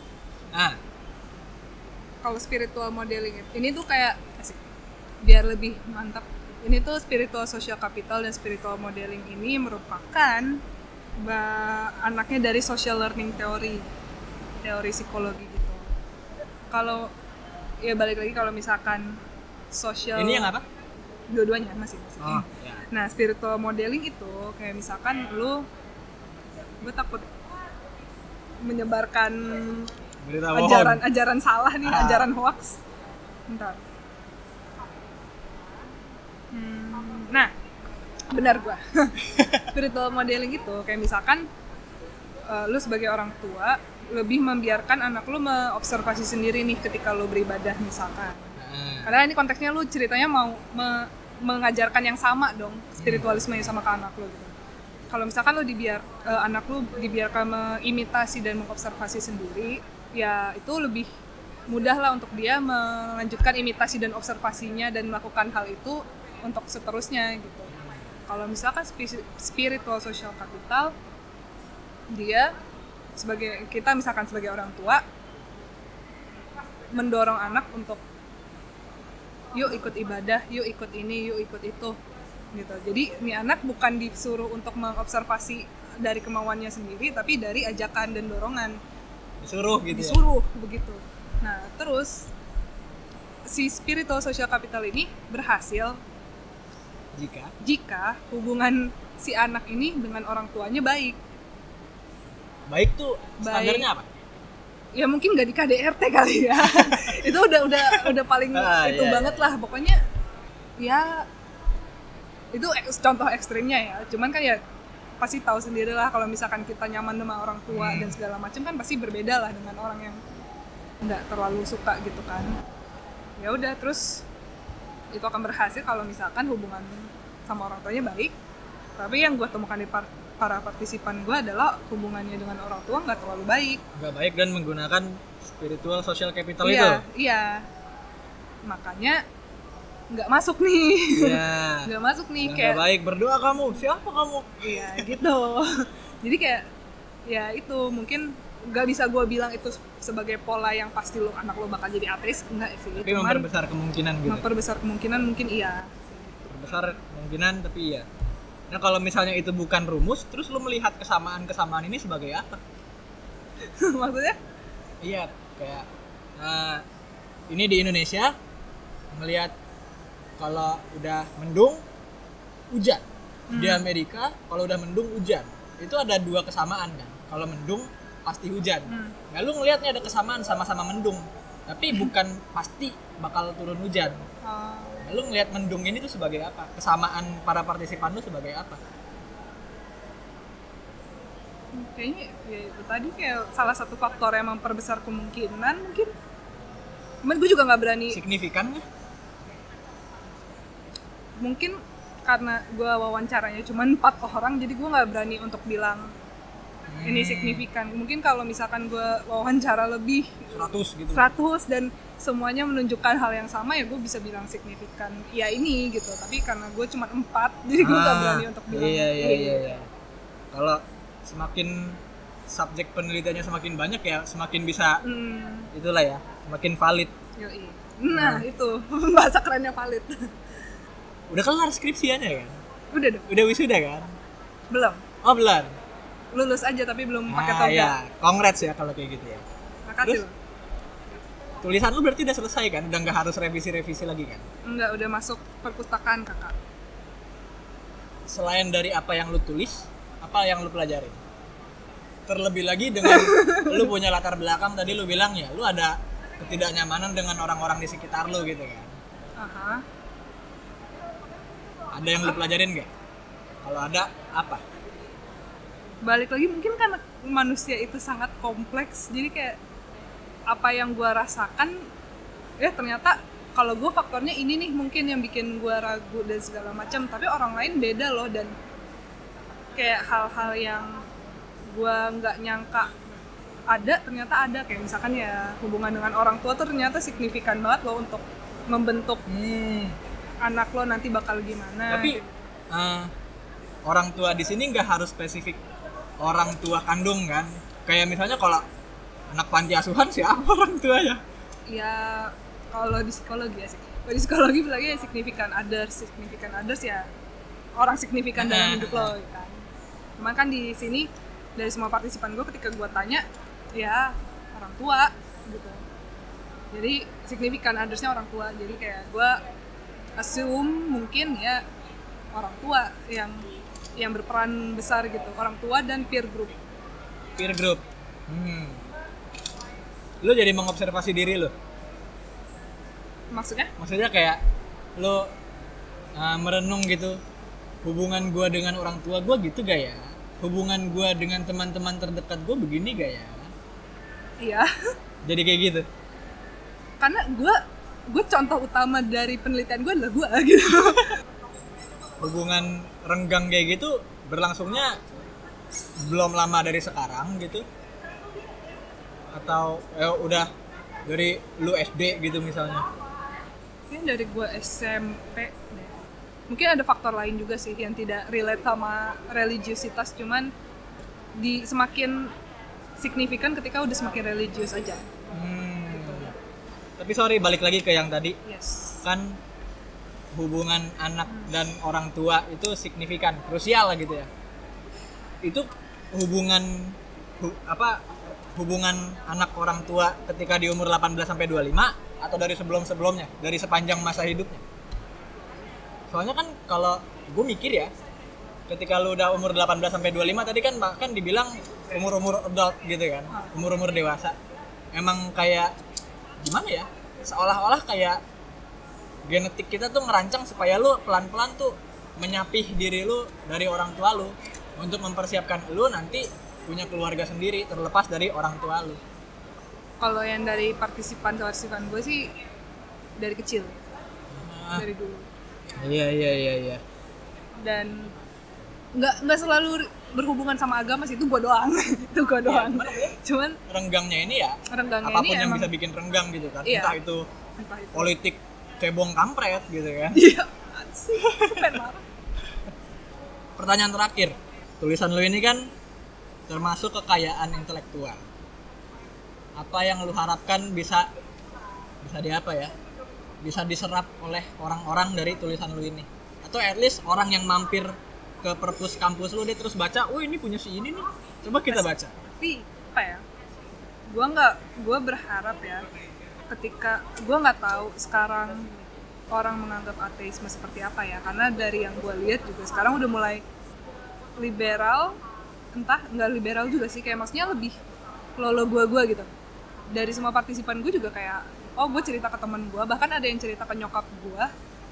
Kalau spiritual modeling ini tuh kayak asik. Biar lebih mantap. Ini tuh spiritual social capital dan spiritual modeling ini merupakan anaknya dari social learning teori psikologi gitu. Kalau ya balik lagi kalau misalkan social. Ini yang apa? Dua-duanya masih. Oh, ya. Nah, spiritual modeling itu kayak misalkan gue takut menyebarkan ajaran salah nih, ajaran hoax. Bentar. Nah, benar gue. Spiritual modeling itu kayak misalkan lu sebagai orang tua lebih membiarkan anak lu mengobservasi sendiri nih ketika lu beribadah misalkan. Karena ini konteksnya lu ceritanya mau mengajarkan yang sama dong, spiritualisme yang sama ke anak lu gitu. Kalau misalkan lu anak lu dibiarkan mengimitasi dan mengobservasi sendiri, ya itu lebih mudah lah untuk dia melanjutkan imitasi dan observasinya dan melakukan hal itu untuk seterusnya gitu. Kalau misalkan spiritual social capital, dia kita misalkan sebagai orang tua mendorong anak untuk yuk ikut ibadah, yuk ikut ini, yuk ikut itu gitu. Jadi ini anak bukan disuruh untuk mengobservasi dari kemauannya sendiri, tapi dari ajakan dan dorongan. Disuruh begitu. Nah, terus si spiritual social capital ini berhasil jika hubungan si anak ini dengan orang tuanya baik. Baik tuh standarnya apa? Ya mungkin nggak di KDRT kali ya. Itu udah paling itu banget lah. Pokoknya ya itu contoh ekstrimnya ya. Cuman kan ya pasti tahu sendiri lah kalau misalkan kita nyaman sama orang tua dan segala macam kan pasti berbeda lah dengan orang yang nggak terlalu suka gitu kan. Ya udah, terus itu akan berhasil kalau misalkan hubungan sama orang tuanya baik. Tapi yang gue temukan di para partisipan gue adalah hubungannya dengan orang tua nggak terlalu baik. Nggak baik dan menggunakan spiritual social capital itu. Iya. Makanya nggak masuk nih. Iya. Nggak masuk nih. Kayak nggak baik, berdoa kamu. Siapa kamu? Iya gitu. Jadi kayak ya itu mungkin nggak bisa gue bilang itu sebagai pola yang pasti anak lo bakal jadi ateis, enggak sih. Tapi memperbesar kemungkinan gitu. Memperbesar kemungkinan mungkin iya. Memperbesar kemungkinan tapi iya. Nah kalau misalnya itu bukan rumus, terus lu melihat kesamaan ini sebagai apa? Maksudnya? Iya, kayak ini di Indonesia melihat kalau udah mendung hujan. Di Amerika kalau udah mendung hujan. Itu ada dua kesamaan kan. Kalau mendung pasti hujan. Nah lu ngelihatnya ada kesamaan sama-sama mendung, tapi bukan pasti bakal turun hujan. Lu ngelihat mendung ini tuh sebagai apa? Kesamaan para partisipan lu sebagai apa? Kayaknya ya itu tadi kayak salah satu faktor yang memperbesar kemungkinan mungkin. Cuman gue juga nggak berani. Signifikan nggak? Mungkin karena gue wawancaranya cuma 4 orang, jadi gue nggak berani untuk bilang ini signifikan. Mungkin kalau misalkan gue wawancara lebih 100 gitu. 100 dan semuanya menunjukkan hal yang sama, ya gue bisa bilang signifikan ya ini gitu. Tapi karena gue cuma 4, jadi gue nggak berani untuk bilang Iya. Kalau semakin subjek penelitiannya semakin banyak ya semakin bisa itulah ya, semakin valid. Yoi. Nah itu bahasa kerennya valid. Udah kelar skripsiannya kan? Udah dong. Udah wisuda kan? Belum. Oh belum. Lulus aja tapi belum pakai toga. Ya, congrats ya kalau kayak gitu ya. Makasih. Terus, tulisan lu berarti udah selesai kan? Udah nggak harus revisi-revisi lagi kan? Enggak, udah masuk perpustakaan kakak. Selain dari apa yang lu tulis, apa yang lu pelajari? Terlebih lagi dengan lu punya latar belakang tadi lu bilang ya, lu ada ketidaknyamanan dengan orang-orang di sekitar lu gitu kan? Aha. Ada yang lu pelajarin nggak? Kalau ada, apa? Balik lagi mungkin kan manusia itu sangat kompleks, jadi kayak apa yang gue rasakan ya ternyata kalau gue faktornya ini nih mungkin yang bikin gue ragu dan segala macam, tapi orang lain beda loh. Dan kayak hal-hal yang gue nggak nyangka ada ternyata ada, kayak misalkan ya hubungan dengan orang tua tuh ternyata signifikan banget loh untuk membentuk anak lo nanti bakal gimana. Tapi orang tua di sini nggak harus spesifik orang tua kandung kan? Kayak misalnya kalau anak panti asuhan siapa orang tuanya? Ya kalau di psikologi ya sih. Kalau di psikologi bilangnya significant others ya orang signifikan dalam hidup lo kan. Cuman kan di sini dari semua partisipan gue ketika gue tanya ya orang tua gitu. Jadi signifikan others-nya orang tua. Jadi kayak gue assume mungkin ya orang tua yang berperan besar gitu, orang tua dan peer group. Lu jadi mengobservasi diri lu? Maksudnya kayak lu merenung gitu, hubungan gua dengan orang tua gua gitu gak ya? Hubungan gua dengan teman-teman terdekat gua begini gak ya? Iya. Jadi kayak gitu? Karena gue contoh utama dari penelitian gue adalah gue gitu. Hubungan renggang kayak gitu berlangsungnya belum lama dari sekarang gitu? Atau udah dari lu SD gitu misalnya? Mungkin dari gue SMP deh. Mungkin ada faktor lain juga sih yang tidak relate sama religiusitas, cuman semakin signifikan ketika udah semakin religius aja. Tapi sorry, balik lagi ke yang tadi. Yes. Kan hubungan anak dan orang tua itu signifikan, krusial lah gitu ya. Itu hubungan anak orang tua ketika di umur 18 sampai 25 atau dari sebelum-sebelumnya, dari sepanjang masa hidupnya. Soalnya kan kalau gue mikir ya, ketika lu udah umur 18 sampai 25 tadi kan bahkan dibilang umur-umur adult gitu kan, umur-umur dewasa. Emang kayak gimana ya, seolah-olah kayak genetik kita tuh ngerancang supaya lu pelan-pelan tuh menyapih diri lu dari orang tua lu untuk mempersiapkan lu nanti punya keluarga sendiri terlepas dari orang tua lu. Kalau yang dari partisipan gue sih dari kecil, dari dulu. Iya. Dan nggak selalu berhubungan sama agama sih, itu gue doang. Itu gue doang. Cuman renggangnya ini ya, apapun yang bisa bikin renggang gitu kan. Iya. Entah itu politik cebong kampret gitu kan. Iya. Marah. Pertanyaan terakhir, tulisan lu ini kan termasuk kekayaan intelektual. Apa yang lu harapkan bisa diapa ya? Bisa diserap oleh orang-orang dari tulisan lu ini? Atau at least orang yang mampir ke perpus kampus lu dia terus baca, oh ini punya si ini nih, coba kita baca. Tapi apa ya, gue berharap ya, ketika gue nggak tahu sekarang orang menganggap ateisme seperti apa ya, karena dari yang gue lihat juga sekarang udah mulai liberal, entah nggak liberal juga sih, kayak maksudnya lebih lolo gue gitu. Dari semua partisipan gue juga kayak, oh gue cerita ke teman gue, bahkan ada yang cerita ke nyokap gue,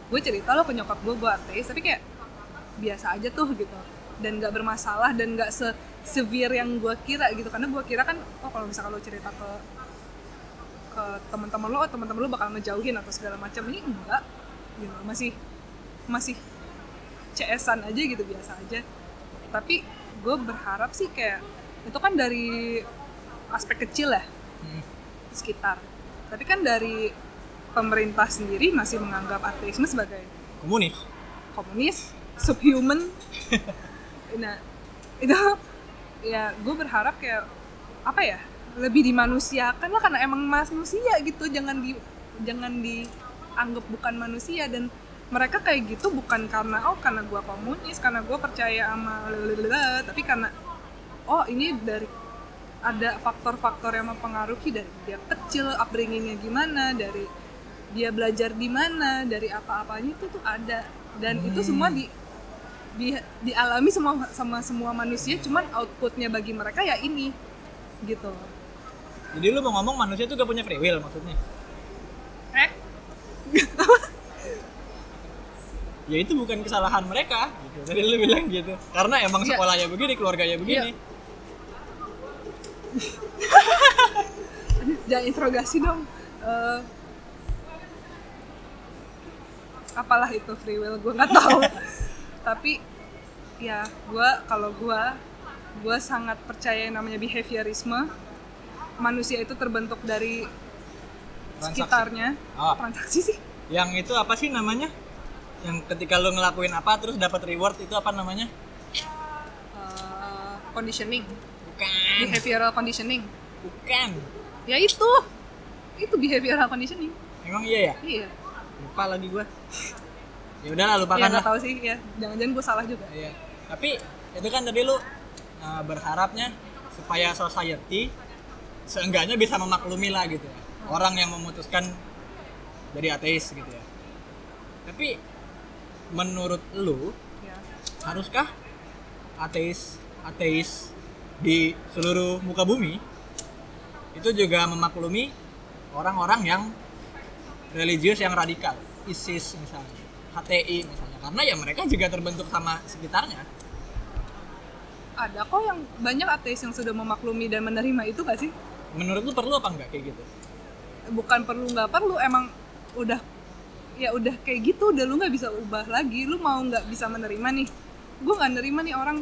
gue cerita lo ke nyokap gue ateis, tapi kayak biasa aja tuh gitu, dan nggak bermasalah dan nggak severe yang gue kira gitu. Karena gue kira kan kalau misalkan lo cerita ke teman-teman lo bakal ngejauhin atau segala macam. Ini enggak gitu, masih CS-an aja gitu, biasa aja. Tapi gue berharap sih kayak itu kan dari aspek kecil ya, sekitar. Tapi kan dari pemerintah sendiri masih menganggap ateisme sebagai komunis, subhuman. Nah itu ya gue berharap kayak apa ya, lebih dimanusiakan lah, karena emang manusia gitu, jangan dianggap bukan manusia. Dan mereka kayak gitu bukan karena gue komunis, karena gue percaya sama tapi karena ini dari ada faktor-faktor yang mempengaruhi, dari dia kecil upbringingnya gimana, dari dia belajar di mana, dari apa-apanya itu tuh ada. Dan itu semua dialami sama semua manusia, cuman outputnya bagi mereka ya ini gitu. Jadi lu mau ngomong manusia tuh gak punya free will maksudnya? Ya itu bukan kesalahan mereka gitu. Tadi lu bilang gitu. Karena emang sekolahnya begini, keluarganya begini. Jangan interogasi dong. Apalah itu free will, gue nggak tahu. Tapi ya gue sangat percaya yang namanya behaviorisme. Manusia itu terbentuk dari sekitarnya. Transaksi sih. Yang itu apa sih namanya? Yang ketika lo ngelakuin apa terus dapat reward, itu apa namanya? Conditioning. Bukan. Behavioral conditioning. Bukan. Ya itu behavioral conditioning. Emang iya ya? Iya. Lupa lagi gue. Ya udahlah, lupakan lah. Nggak tahu sih ya. Jangan-jangan gue salah juga. Iya. Tapi itu kan tadi lu berharapnya supaya society seenggaknya bisa memaklumi lah gitu ya. Orang yang memutuskan jadi ateis gitu ya. Tapi menurut lu haruskah ateis di seluruh muka bumi itu juga memaklumi orang-orang yang religius yang radikal, ISIS misalnya, HTI misalnya, karena ya mereka juga terbentuk sama sekitarnya. Ada kok yang banyak ateis yang sudah memaklumi dan menerima itu gak sih? Menurut lu perlu apa enggak kayak gitu? Bukan perlu nggak perlu, emang udah kayak gitu, udah lu nggak bisa ubah lagi. Lu mau nggak bisa menerima nih, gue nggak nerima nih orang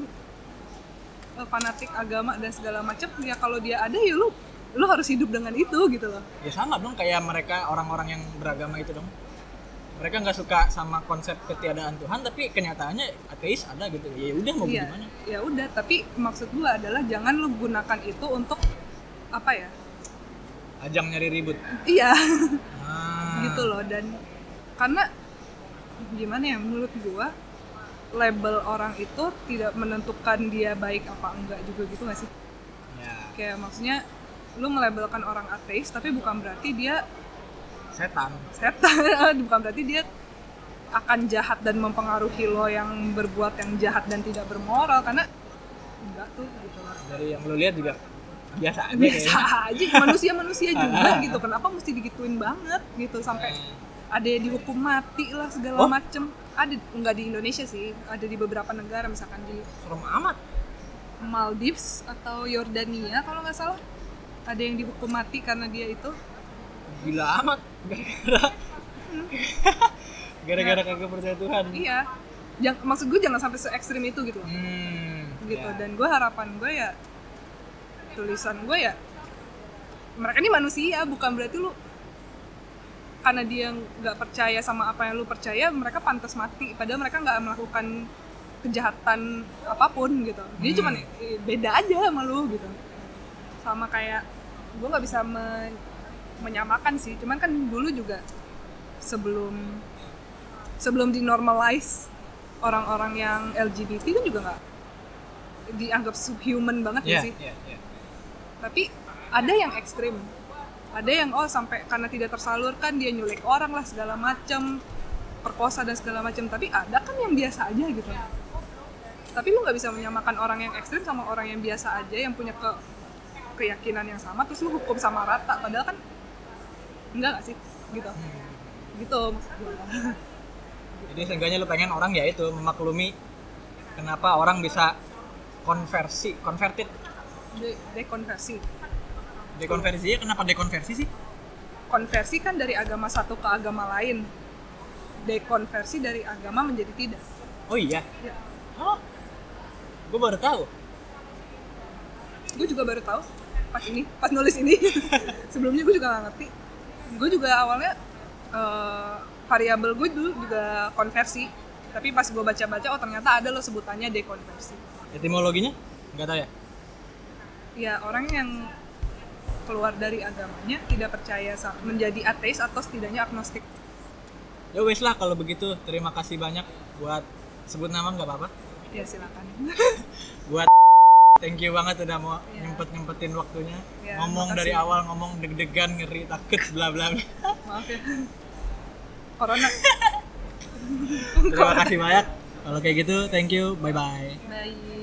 fanatik agama dan segala macam. Ya kalau dia ada ya lu harus hidup dengan itu gitu loh. Ya sama dong kayak mereka orang-orang yang beragama itu dong. Mereka nggak suka sama konsep ketiadaan Tuhan, tapi kenyataannya ateis ada gitu. Ya udah mau gimana? Ya udah, tapi maksud gua adalah jangan lu gunakan itu untuk apa ya? Ajang nyari ribut. Iya. Gitu loh. Dan karena gimana ya, menurut gua label orang itu tidak menentukan dia baik apa enggak juga gitu nggak sih? Ya. Kayak maksudnya lu melabelkan orang ateis tapi bukan berarti dia setan, bukan berarti dia akan jahat dan mempengaruhi lo yang berbuat yang jahat dan tidak bermoral, karena enggak tuh gitu. Dari yang lo lihat juga biasa aja manusia juga gitu. Kenapa mesti digituin banget gitu sampai ada yang dihukum mati lah segala macem. Ada, enggak di Indonesia sih, ada di beberapa negara, misalkan di serem amat, Maldives atau Yordania kalau nggak salah, ada yang dihukum mati karena dia itu gila amat gara-gara kagak percaya Tuhan. Iya, maksud gue jangan sampai se ekstrim itu gitu loh. Gitu. Dan gue harapan gue ya, tulisan gue ya, mereka ini manusia, bukan berarti lu karena dia nggak percaya sama apa yang lu percaya mereka pantas mati, padahal mereka nggak melakukan kejahatan apapun gitu. Dia cuma beda aja sama lu gitu. Sama kayak gue nggak bisa menyamakan sih, cuman kan dulu juga sebelum dinormalize orang-orang yang LGBT kan juga nggak dianggap subhuman banget ya sih. Tapi ada yang ekstrim, ada yang sampai karena tidak tersalurkan dia nyulik orang lah segala macam, perkosa dan segala macam. Tapi ada kan yang biasa aja gitu. Tapi lu nggak bisa menyamakan orang yang ekstrim sama orang yang biasa aja yang punya keyakinan yang sama terus lu hukum sama rata, padahal kan enggak sih gitu. Gitu maksud gue. Jadi seenggaknya lu pengen orang ya itu memaklumi kenapa orang bisa converted. Dekonversi. Dekonversinya kenapa dekonversi sih? Konversi kan dari agama satu ke agama lain. Dekonversi dari agama menjadi tidak. Oh iya. Ya. Oh. Gue baru tahu. Gue juga baru tahu pas nulis ini. Sebelumnya gue juga gak ngerti. Gue juga awalnya variabel gue dulu juga konversi, tapi pas gue baca-baca oh ternyata ada lo sebutannya dekonversi. Etimologinya nggak tahu ya? Ya orang yang keluar dari agamanya tidak percaya menjadi ateis atau setidaknya agnostik. Ya wes lah kalau begitu, terima kasih banyak buat sebut nama nggak apa-apa. Ya silakan. Buat thank you banget udah mau nyempetin waktunya. Ya, ngomong makasih. dari awal ngomong deg-degan ngeri takut bla bla bla. Maaf ya. Corona. Terima kasih banyak. Kalau kayak gitu, thank you, bye bye. Bye.